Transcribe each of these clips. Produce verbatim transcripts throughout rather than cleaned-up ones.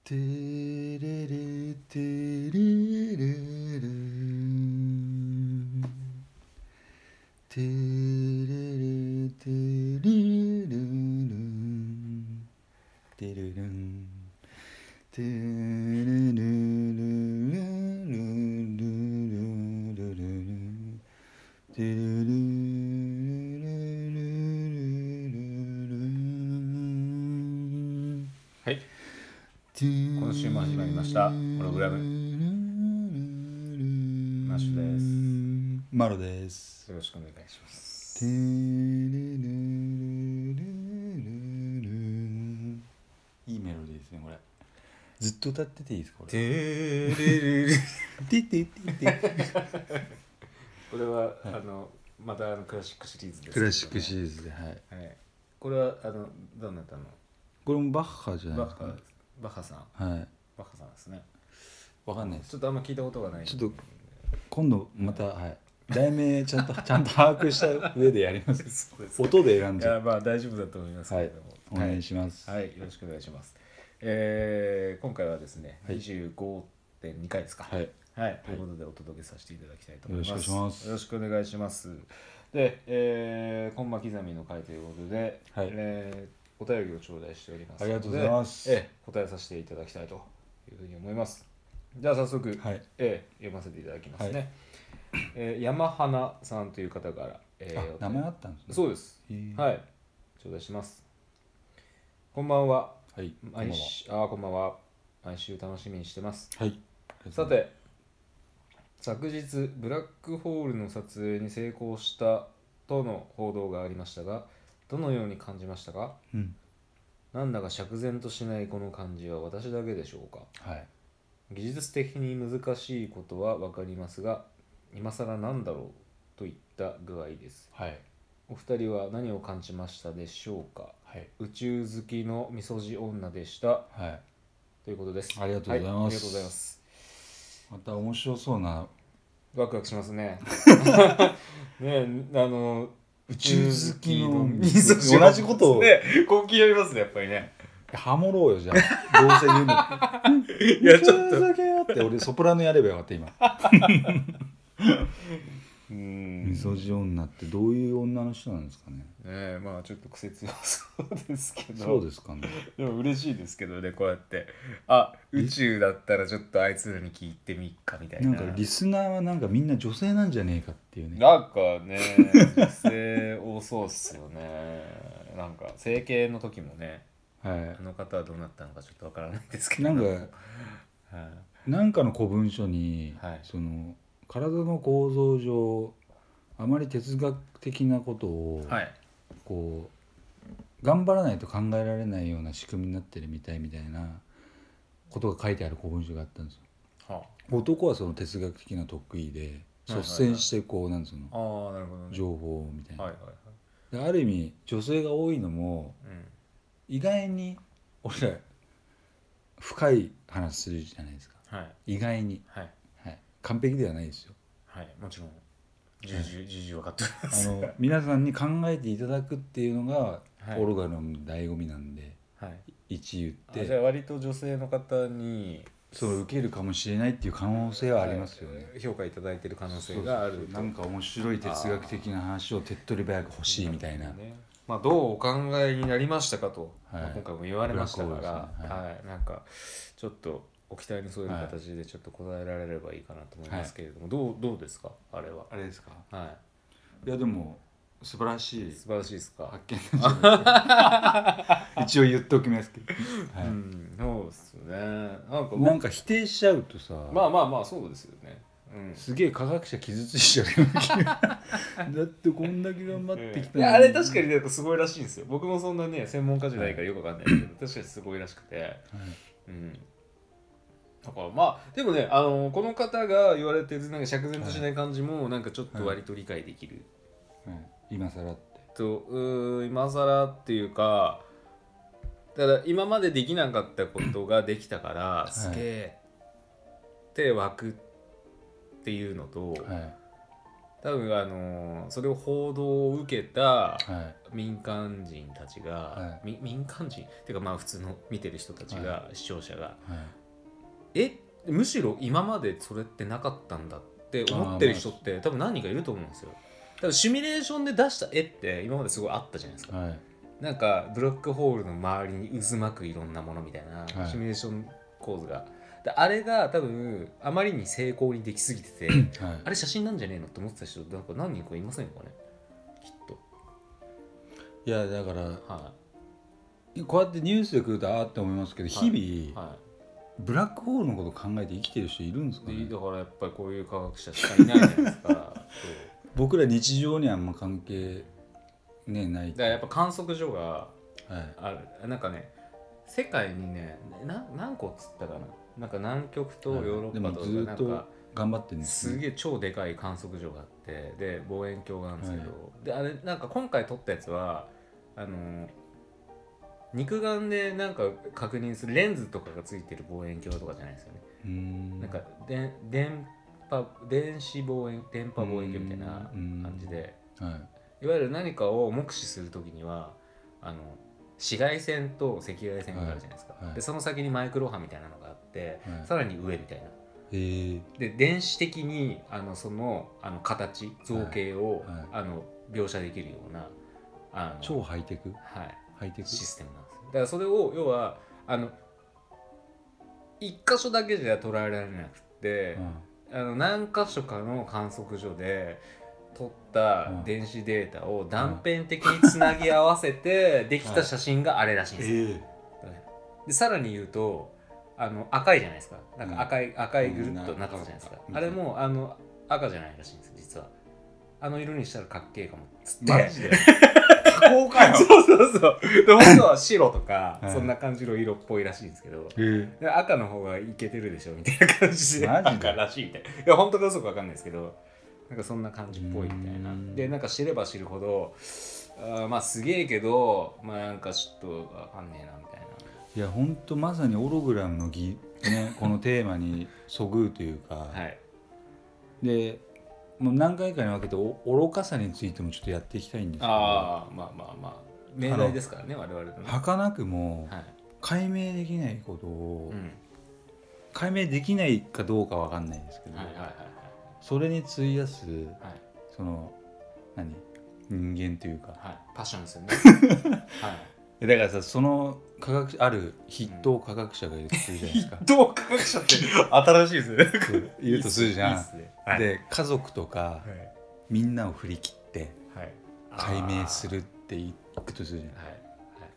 テレレテレレレテレレテレレレテレレンテレレレレレテレレはい、今週も始まりましたホログラムマッシュです。 マロです。 よろしくお願いします。 テレレレレレいいメロディーですねこれ。ずっと歌ってていいですかこれ。 テレレレテテテテこれは、 はい、 あのまたあのクラシックシリーズです、ね、 クラシックシリーズで、はい、 はい、これはあのどなたの？ これもバッハじゃないですか、ね、 バッハさん、 はい、 バッハさんですね。 わかんないです。 ちょっとあんま聞いたことがない。 ちょっと今度また、はい、題名ちゃんとちゃんと把握した上でやります。そうです、音で選んじゃう。 いやまあ大丈夫だと思いますけれども、 はい、お願いします。 はい、はい、よろしくお願いします。えー、今回はですね、 はい、 にじゅうごてんにかいですか。 はい、 はい、ということでお届けさせていただきたいと思います。 よろしくお願いします。 よろしくお願いします。で、えー、コンマ刻みの回ということで、 はい、 えー、お便りを頂戴しておりますので、 ありがとうございます。 えー、答えさせていただきたいというふうに思います。じゃあ早速、 はい、 えー、読ませていただきますね。 はい、 えー、山花さんという方から、 えー、名前あったんですね。 そうです。はい、頂戴します。こんばんは。 はい、 毎週、あ、こんばんは。毎週楽しみにしてます。 はい。 さて、昨日ブラックホールの撮影に成功したとの報道がありましたが、どのように感じましたか？うん、なんだか釈然としないこの感じは私だけでしょうか？はい、技術的に難しいことは分かりますが、今更なんだろうといった具合です。はい、お二人は何を感じましたでしょうか？はい、宇宙好きのみそじ女でした。はい、ということです。 ありがとうございます。 はい、ありがとうございます。 また面白そうな。 ワクワクしますね。ね、あの宇宙好きのみそじ同じことをね、根気ありますねやっぱりね。 ハモろうよじゃあ。どうせ言うの。いやちょっとだけやって俺ソプラノやればよかった今。うーん、みそじ女ってどういう女の人なんですかね。 ねえ、まあちょっと癖強そうですけど。 そうですかね。 でも嬉しいですけどね、こうやってあ、宇宙だったらちょっとあいつらに聞いてみっかみたいな。 なんかリスナーはなんかみんな女性なんじゃねえかっていうね。 なんかね、女性多そうっすよね。なんか整形の時もね、はい、あの方はどうなったのかちょっとわからないですけど、 なんか、 はい、 なんかの古文書に、はい、その体の構造上あまり哲学的なことを、はい、こう頑張らないと考えられないような仕組みになってるみたいみたいなことが書いてある古文書があったんですよ。はあ、男はその哲学的な得意で率先してこうなんつうの、あ、なるほどね、情報みたいな、はいはいはい、である意味女性が多いのも、うん、意外に俺ら深い話するじゃないですか、はい、意外に、はいはい、完璧ではないですよ。 はい、もちろん重々重々分かっております。 あの皆さんに考えていただくっていうのが、はい、オルガの醍醐味なんで、はい、一言ってじゃあ割と女性の方にそう受けるかもしれないっていう可能性はありますよね。 評価いただいている可能性がある。 そうそうそう、なんか面白い哲学的な話を手っ取り早く欲しいみたいな、ね、 まあ、どうお考えになりましたかと、はい、まあ、今回も言われましたから、ね、はいはい、なんかちょっとお期待に添える形でちょっと答えられればいいかなと思いますけれども、はい、どう、どうですかあれは。 あれですか、 はい、 いやでも素晴らしい素晴らしいですか発見なんじゃないですか。一応言っておきますけど、はい、うん、 そうですね。 なんかなんか否定しちゃうとさ、 まあまあまあそうですよね、うん、 すげえ科学者傷ついちゃうよだってこんだけ頑張ってきたのに、 いやあれ確かになんかすごいらしいんですよ。僕もそんなね専門家じゃないからよくわかんないけど、はい、確かにすごいらしくて、はい、うん、だからまあでもね、あのこの方が言われてるなんか釈然としない感じもなんかちょっと割と理解できる、 はいはい、今更ってとう今更っていうか、だから今までできなかったことができたから、はい、すげえって湧くっていうのと、はい、 多分あのー、それを報道を受けた民間人たちが、はい、民間人っていうかまあ普通の見てる人たちが、はい、視聴者が、はい、えむしろ今までそれってなかったんだって思ってる人って多分何人かいると思うんですよ。多分シミュレーションで出した絵って今まですごいあったじゃないですか、はい、なんかブラックホールの周りに渦巻くいろんなものみたいな、はい、シミュレーション構図がであれが多分あまりに成功にできすぎてて、はい、あれ写真なんじゃねえのって思ってた人なんか何人かいませんかねきっと。 いやだから、はい、こうやってニュースで来るとあーって思いますけど、はい、日々、はい、ブラックホールのことを考えて生きてる人いるんですかね。 だからやっぱりこういう科学者しかいないじゃないですか僕ら日常にはあんま関係ねないだからやっぱ観測所がある、はい、なんかね世界にねな何個っつったかな、なんか南極とヨーロッパとかなんか、はい、でもずっと頑張ってるんですね。 すげえ超でかい観測所があってで望遠鏡があるんですけど、はい、であれなんか今回撮ったやつはあの肉眼でなんか確認するレンズとかがついてる望遠鏡とかじゃないですよね。うーんなんかで電波電子望遠電波望遠鏡みたいな感じで、はい、いわゆる何かを目視するときにはあの紫外線と赤外線があるじゃないですか、はいはい、でその先にマイクロ波みたいなのがあって、はい、さらに上みたいな、へーで電子的にあのその、あの形造形を、はいはい、あの描写できるようなあの超ハイテク、 はい、 ハイテクシステムなんですよ。だからそれを要はあの一箇所だけじゃ捉えられなくて、うん、あの何箇所かの観測所で撮った電子データを断片的につなぎ合わせてできた写真があれらしいんですよ、はいでさらに言うとあの赤いじゃないですか、なんか赤い、うん、赤いぐるっとなってたじゃないですか、うん、あれもあの赤じゃないらしいんです実は。あの色にしたらかっけえかもっつってマジで加工かよそうそうそうで本当は白とか、はい、そんな感じの色っぽいらしいんですけど、で赤の方がイケてるでしょみたいな感じでマジで赤らしいみたいな。いや本当か嘘か分かんないですけどなんかそんな感じっぽいみたいな。でなんか知れば知るほどあまあすげえけどまあなんかちょっと分かんねえなみたいな。 いや本当まさにオログラムのぎ、ね、このテーマにそぐうというか、はい、でもう何回かに分けて愚かさについてもちょっとやっていきたいんですけど、 あまあまあまあ命題ですからね我々のね。 儚くも解明できないことを、うん、解明できないかどうか分かんないですけど、はいはいはいはい、それに費やす、はい、その何人間というか、 はい、パッションですよね、はい、 だからさその科学ある筆頭科学者がいるとするじゃないですか、 うん、筆頭科学者って新しいですねいるとするじゃん。いいっすね、はい、で家族とか、はい、みんなを振り切って解明するっていくとするじゃん、はいはい、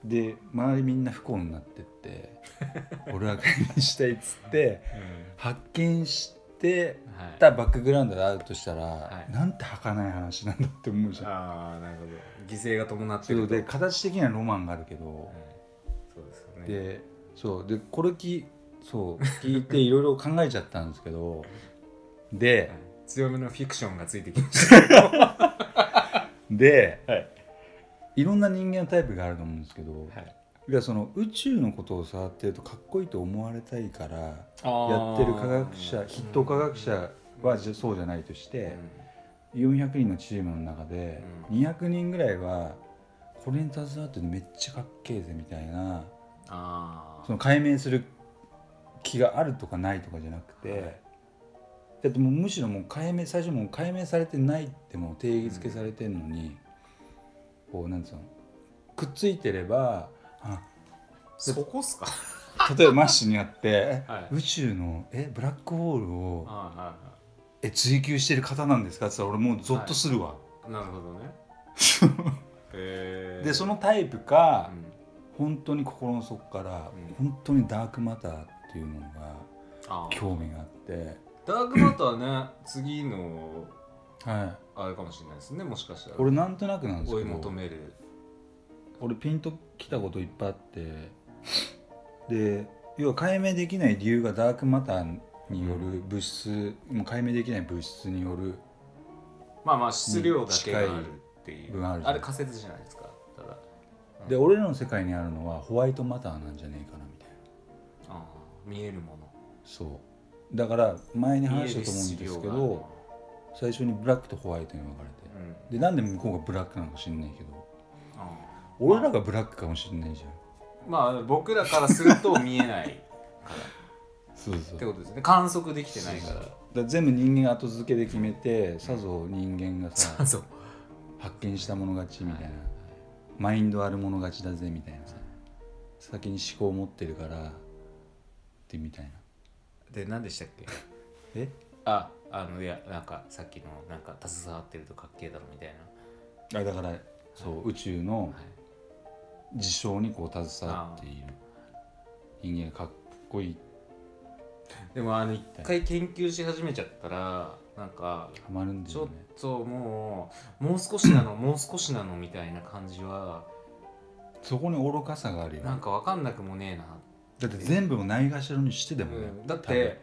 で周りみんな不幸になってって俺は解明したいっつって、うん、発見してたバックグラウンドがあるとしたら、はい、なんて儚い話なんだって思うじゃん。 ああなるほど、犠牲が伴ってると。 そうで形的にはロマンがあるけど、はい、そうですよね。でそうでこれきそう聞いていろいろ考えちゃったんですけどで、はい、 強めのフィクションがついてきましたで、はい、いろんな人間のタイプがあると思うんですけど、はいいやその宇宙のことを触ってるとかっこいいと思われたいからやってる科学者筆頭科学者はそうじゃないとして、うん、よんひゃくにんのチームの中でにひゃくにんぐらいはこれに携わってめっちゃかっけえぜみたいな、あその解明する気があるとかないとかじゃなくて、はい、だってもうむしろもう解明最初もう解明されてないってもう定義付けされてるのに、うん、こうなんつうのくっついてればあそこっすか例えばマッシュにあって、はい、宇宙のえブラックホールを、はいはい、え追求してる方なんですかって言ったら俺もうゾッとするわ、はい、なるほどねへでそのタイプか、うん、本当に心の底から、うん、本当にダークマターっていうのが興味があってダークマターね次の、はい、あれかもしれないですねもしかしたら俺なんとなくなんですけど追い求める俺ピンときたこといっぱいあってで要は解明できない理由がダークマターによる物質、うん、もう解明できない物質によるまあまあ質量だけがあるっていうあ, あれ仮説じゃないですかただ、 うん、で俺らの世界にあるのはホワイトマターなんじゃねえかなみたいなあ見えるものそうだから前に話したと思うんですけど最初にブラックとホワイトに分かれて、うん、でなんで向こうがブラックなのか知んないけど、うん、俺らがブラックかもしんないじゃん。 まあ僕らからすると見えないからそうそうってことですね。観測できてないから。 そうそうだ全部人間が後付けで決めて、さぞ人間がさ発見したもの勝ちみたいな、はい、マインドあるもの勝ちだぜみたいなさ、先に思考を持ってるからってみたいな。 で何でしたっけえああのいやなんかさっきのなんか携わってるとかっけえだろみたいな。 あだからそう、はい、宇宙の事象にこう携わっている人間がかっこいい。 でもあの一回研究し始めちゃったらなんかハマるんだちょっよね。 ともうもう少しなのもう少しなのみたいな感じはそこに愚かさがあるよ。 なんか分かんなくもねえな。 だって全部をないがしろにしてでもね、 うん、だって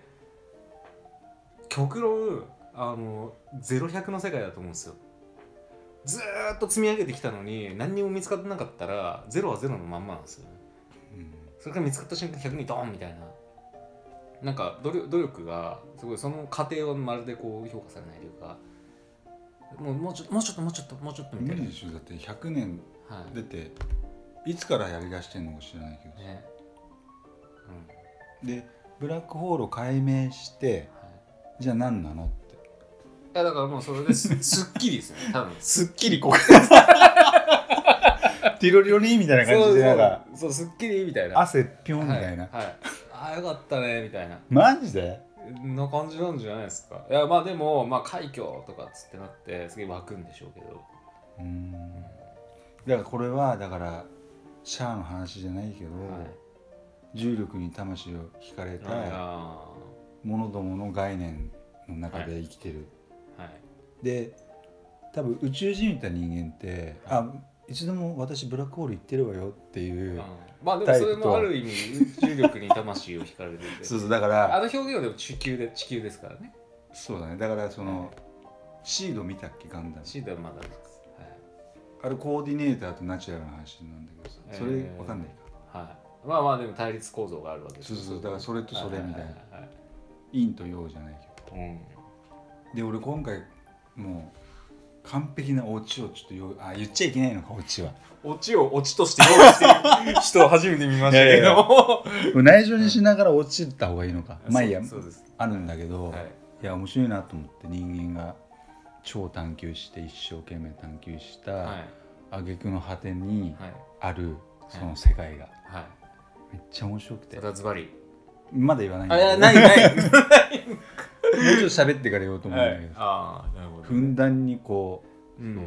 極論あのゼロひゃくの世界だと思うんですよ。ずーっと積み上げてきたのに何にも見つかってなかったらゼロはゼロのまんまなんですよね、うん、それから見つかった瞬間ひゃくにドーンみたいな、なんか努力、努力がすごいその過程はまるでこう評価されないというか、もうもうちょっともうちょっともうちょっともうちょっとみたいな。 無理でしょ。だってひゃくねん出て、はい、いつからやりだしてんのか知らないけど、ねうん、でブラックホールを解明して、はい、じゃあ何なのって。 いやだからもうそれですすっきりですよね多分すっきりこうティロリロリーみたいな感じでなんかそうそうすっきりみたいな汗ぴょんみたいな、 はいはい、ああよかったねみたいなマジでな感じなんじゃないですか。いやまあでもまあ快挙とかっつってなってすげえ湧くんでしょうけど、 うーんだからこれはだからシャアの話じゃないけど、はい、重力に魂を惹かれた者どもの概念の中で生きてる、はいはい、で多分宇宙人みたいな人間って、はい、あいつでも私ブラックホール行ってるわよっていう、 まあでもそれもある意味重力に魂を惹かれるそうそうだからあの表現はでも地球で地球ですからね。 そうだね。だからその、はい、シード見たっけガンダム。 シードはまだです、はい、 あれコーディネーターとナチュラルな話なんだけどさ、それわかんないか、はい、まあまあでも対立構造があるわけです。 そうそうだからそれとそれみたいな、陰と陽じゃないけど、うん、で俺今回もう完璧なオチをちょっとよあ言っちゃいけないのかオチはオチをオチとして用意してる人を初めて見ましたけど内緒にしながら落ちた方がいいのか、まあいいやそうですあるんだけど、はい、いや面白いなと思って人間が超探求して一生懸命探求した挙句の果てにあるその世界が、はいはい、めっちゃ面白くて。 それはズバリまだ言わないんだけど、 あいやないないもうちょっと喋ってから言おうと思うんだけど、はい、あなるほど、ね、ふんだんにこう、うん、そう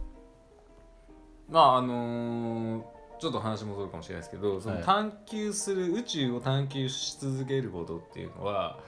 まああのー、ちょっと話戻るかもしれないですけど、その探求する、はい、宇宙を探求し続けることっていうのは、はい、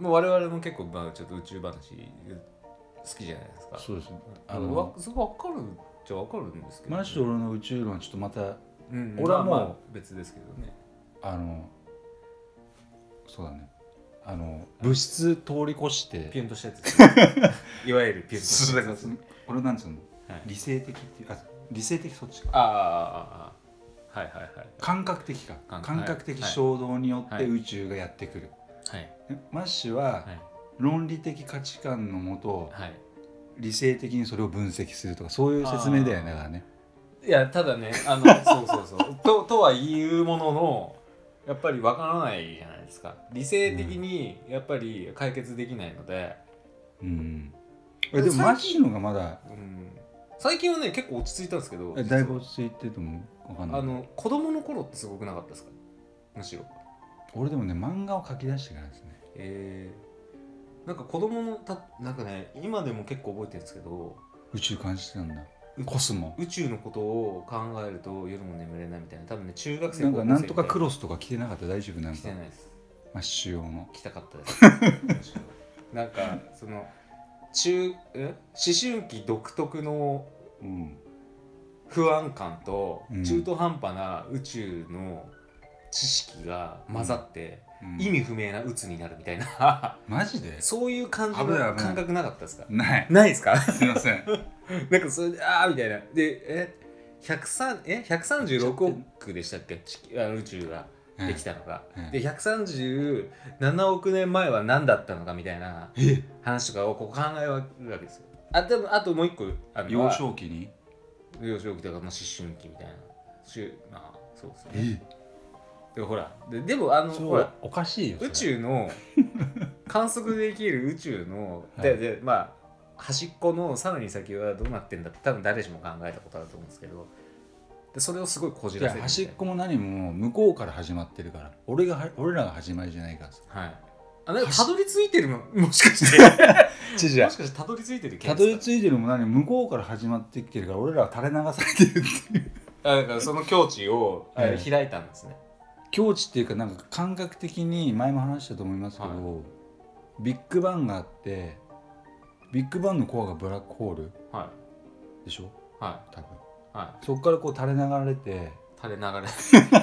もう我々も結構、まあ、ちょっと宇宙話好きじゃないですか。 そうですね。 あのわそこ分かるっちゃ分かるんですけど、ね、 マジで俺の宇宙論はちょっとまた、 うん、 俺はもう、まあまあ別ですけどね。 あのそうだねあの物質通り越してピュンとしたやつですねいわゆるピュンとしたやつ、ね、 これなんつうの、はい、理性的っていうあ理性的そっちかああはいはいはい感覚的か感覚的衝動によって宇宙がやってくる、はい、マッシュは論理的価値観のもと、はい、理性的にそれを分析するとかそういう説明だよね。だからねいやただねあのそうそうそうと, とは言うもののやっぱりわからないじゃないですか。理性的にやっぱり解決できないので、 うん、えでもマッシュのがまだ、 うん、最近はね結構落ち着いたんですけど、 えだいぶ落ち着いてるともわかんない。 あの子供の頃ってすごくなかったですか。むしろ俺でもね漫画を描き出してからですね。 えー、なんか子供のたなんかね今でも結構覚えてるんですけど宇宙感じてたんだ。コスモ宇宙のことを考えると夜も眠れないみたいな。多分ね中学生なんかなんとかクロスとか着てなかった。大丈夫なんか着てないです。 マッシュ用の着たかったですなんかその中え思春期独特の不安感と中途半端な宇宙の知識が混ざって、うんうん、意味不明な鬱になるみたいなマジでそういう感じの感覚なかったですか。 ないないですかすいませんなんかそれであーみたいなでえひゃくさんえひゃくさんじゅうろくおくでしたっけあの宇宙ができたのが、うん、でひゃくさんじゅうななおくねんまえは何だったのかみたいな話とかをこう考えるわけですよ。あでもあともう一個あるのは幼少期に幼少期とかまあ思春期みたいな、まあそうですね。でほら で, でもあのほらおかしいよ宇宙の観測できる宇宙の、はい、ででまあ端っこのさらに先はどうなってんだって多分誰しも考えたことあると思うんですけど、でそれをすごいこじらせる。 端っこも何も向こうから始まってるから俺が俺らが始まりじゃないからさ。 はい。あなんかたどり着いてるのもしかして違うもしかしてたどり着いてるたどり着いてるも何も向こうから始まってきてるから俺らは垂れ流されてるっていうあだからその境地を、はい、開いたんですね。 境地っていうかなんか感覚的に前も話したと思いますけど、はい、ビッグバンがあってビッグバンのコアがブラックホール、はい、でしょ、はい、多分、はい、そこからこう垂れ流れて垂れ流れ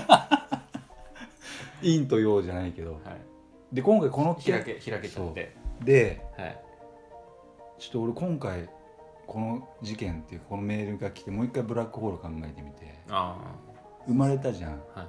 陰と陽じゃないけど、はい、で今回この開け開けちゃってで、はい、ちょっと俺今回この事件っていうこのメールが来てもう一回ブラックホール考えてみて、あ生まれたじゃん、はい、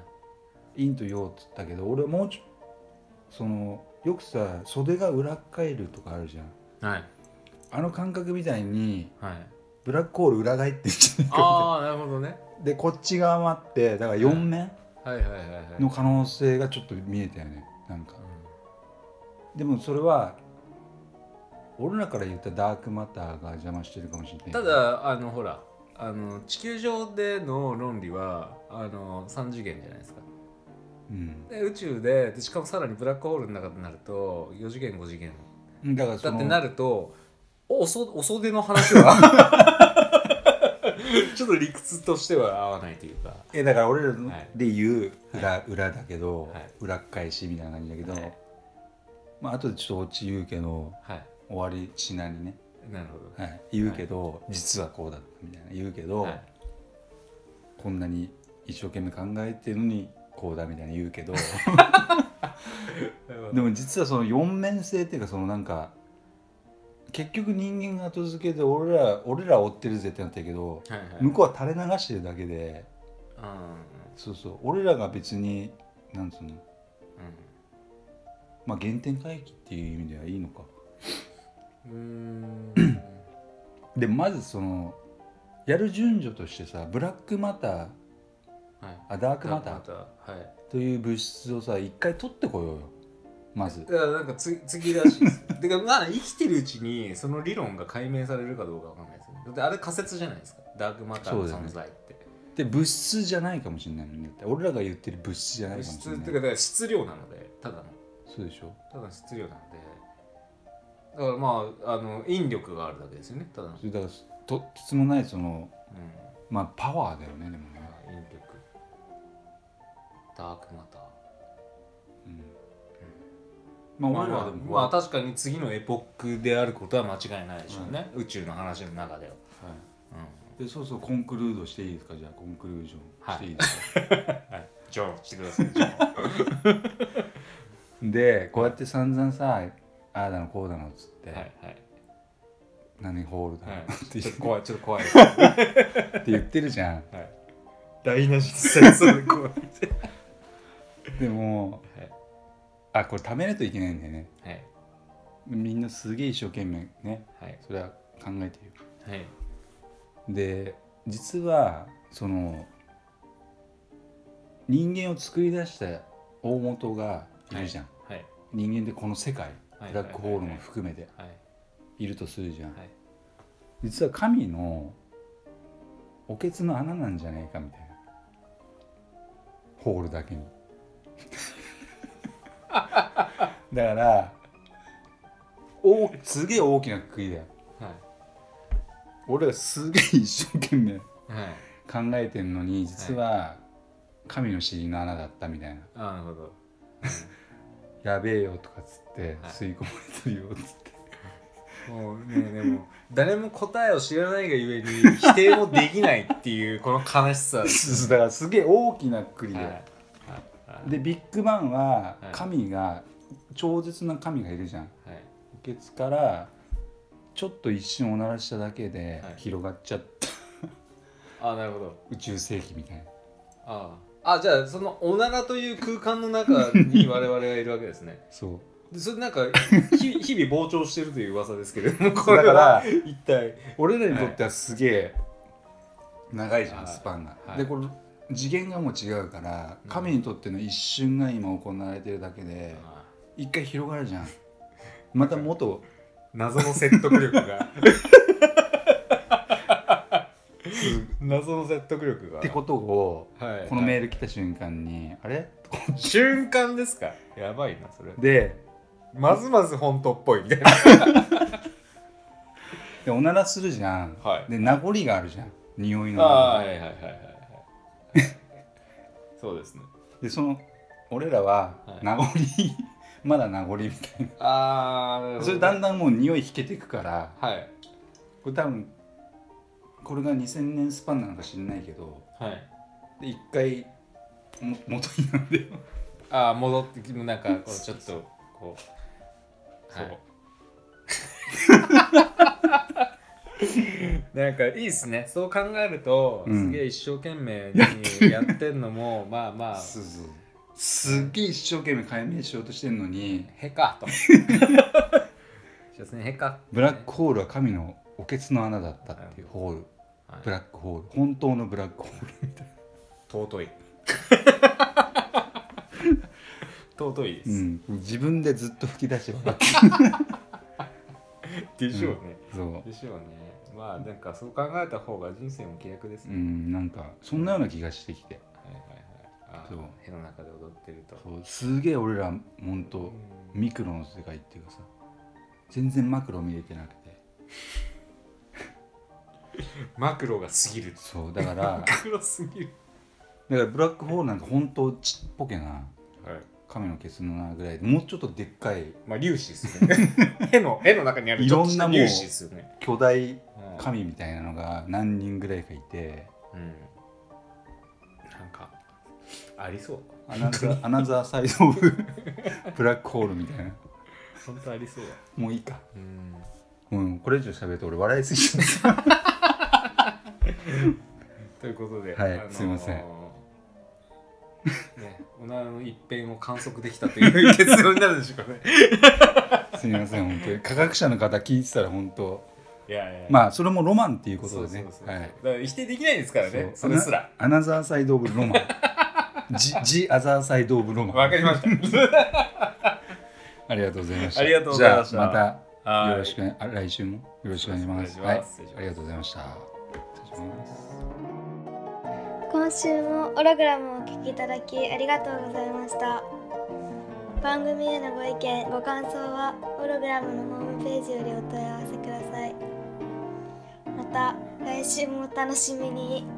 陰と陽っつったけど俺もうちょそのよくさ袖が裏返るとかあるじゃん、はい、あの感覚みたいに、はい、ブラックホール裏返ってんじゃないかみたいな。 ああなるほどね。 でこっち側もあってだからよん面の可能性がちょっと見えたよねなんか、うん、でもそれは俺らから言ったダークマターが邪魔してるかもしれない。 ただあのほらあの地球上での論理はあのさん次元じゃないですか、うん、で宇宙 で, でしかもさらにブラックホールの中になるとよ次元ご次元だからだってなるとおそお袖の話はちょっと理屈としては合わないというかえだから俺らで言う 裏,、はい、裏だけど、はい、裏返しみたいな感じだけど、はいまあ後でちょっとオチ言うけど、はい、終わりしなにねなるほど、 はい、言うけど、はい、実はこうだったみたいな言うけど、はい、こんなに一生懸命考えてるのにこうだみたいな言うけどでも実はその四面性っていうかそのなんか結局人間が後付けで俺ら俺ら追ってるぜってなったけど、はいはい、向こうは垂れ流してるだけで、うん、そうそう俺らが別になんつうの、うん、まあ原点回帰っていう意味ではいいのかうーんでまずそのやる順序としてさブラックマター、はい、あダークマター、はい、という物質をさ一回取ってこようよまず。 いやなんかつ次らしいですてかまあ生きてるうちにその理論が解明されるかどうかわかんないですよね。だってあれ仮説じゃないですかダークマターの存在って、ね、 で物質じゃないかもしれないもんね。俺らが言ってる物質じゃないかもしれない。物質ってかだから質量なのでただのそうでしょただの質量なのでだからまああの引力があるだけですよねただのそれだからとつもないその、うん、まあパワーだよねでもね引力ダークマターうんまあ、まあまあ、まあ確かに次のエポックであることは間違いないでしょうね、うん、宇宙の話の中では、はいうん、でそうそうコンクルードしていいですかじゃあコンクルージョンしていいですか、 はいはい、ジョンしてくださいジョンでこうやって散々さああだのこうだのっつって、はいはい、何ホールだの、はい、ってちょっと怖いちょっと怖いって言ってるじゃん、はい、 大な実際そうで怖いでも、はいあこれ貯めないといけないんだよね、はい、みんなすげえ一生懸命ね、はい、それは考えてる、はい、で実はその人間を作り出した大元がいるじゃん、はいはい、人間でこの世界、はい、ブラックホールも含めているとするじゃん、はい、実は神のおけつの穴なんじゃないかみたいなホールだけにだからおすげえ大きな国だよ、はい、俺らすげえ一生懸命考えてんのに実は神の尻の穴だったみたいな、 あなるほど、 やべえよとかつって吸い込まれてるよっつって、 もうねでも誰も答えを知らないがゆえに否定もできないっていうこの悲しさだからすげえ大きな国で、はいでビッグバンは神が、はい、超絶な神がいるじゃん、はい、不潔からちょっと一瞬おならしただけで広がっちゃった、 はい、あなるほど宇宙世紀みたいなああ、じゃあそのおならという空間の中に我々がいるわけですね。 そうでそれなんか日, 日々膨張してるという噂ですけれども、これは一体俺らにとってはすげえ長いじゃん、はい、スパンが、はい、でこれ次元がもう違うから神にとっての一瞬が今行われてるだけで、うん、一回広がるじゃん。また元謎の説得力が謎の説得力がってことを、はい、このメール来た瞬間に、はい、あれ瞬間ですか。やばいなそれで、 まずまず本当っぽいみたいなでおならするじゃん、はい、で名残があるじゃん、匂いの。 ああはいはいはいはいそうですね。 でその俺らは名残、はい、まだ名残みたいな。 ああそれだんだんもう匂い引けていくから、 はい、 これ多分これがにせんねんスパンなのか知んないけど、 はい、 で一回も元になるんだよ。 ああ戻ってなんかこうちょっとこうそう、はいなんかいいっすね。そう考えると、うん、すげえ一生懸命にやってんのもまあまあそうそうすっげえ一生懸命解明しようとしてんのにへかとへかブラックホールは神のおけつの穴だったっていうホール、はい、ブラックホール、本当のブラックホールみたいな。 尊い尊いです、 うん、自分でずっと吹き出して分かってでしょうね、 うん、そうでしょうね。まあなんかそう考えた方が人生も気楽ですね。 うんなんかそんなような気がしてきて、 はいはいはい、あそう部の中で踊ってるとそうすげえ俺らほんとミクロの世界っていうかさ、全然マクロ見れてなくてマクロが過ぎる。 そうだからマクロすぎる。 だからブラックホールなんかほんとちっぽけな、はい、亀のケツの穴ぐらいでもうちょっとでっかい、 まあ粒子ですね絵の絵の中にあるいろんなもう粒子ですよね。 巨大神みたいなのが何人ぐらいかいて、 うん、なんかありそう。 アナザー、アナザーサイドオブブラックホールみたいな。 本当ありそうだ。 もういいか。 うん。 もうこれ以上喋ると俺笑いすぎちゃった。 ということで、 はい、あのー、すいません。 ね、おならの一辺を観測できたという結論になるんでしょうかね。 すみません本当に科学者の方聞いてたら本当。 いやいやいやまあそれもロマンっていうことでね。 だから否定できないですからね。それすら。 アナザーサイドオブロマン。ジジアザーサイドオブロマン。 わかりました。 ありがとうございました。 ありがとうございました。 じゃあまたよろしくね。あ来週もよろしくお願いします。はい。ありがとうございました。失礼します。 今週もオログラムをお聞きいただきありがとうございました。番組へのご意見ご感想はオログラムのホームページよりお問い合わせください。また来週もお楽しみに。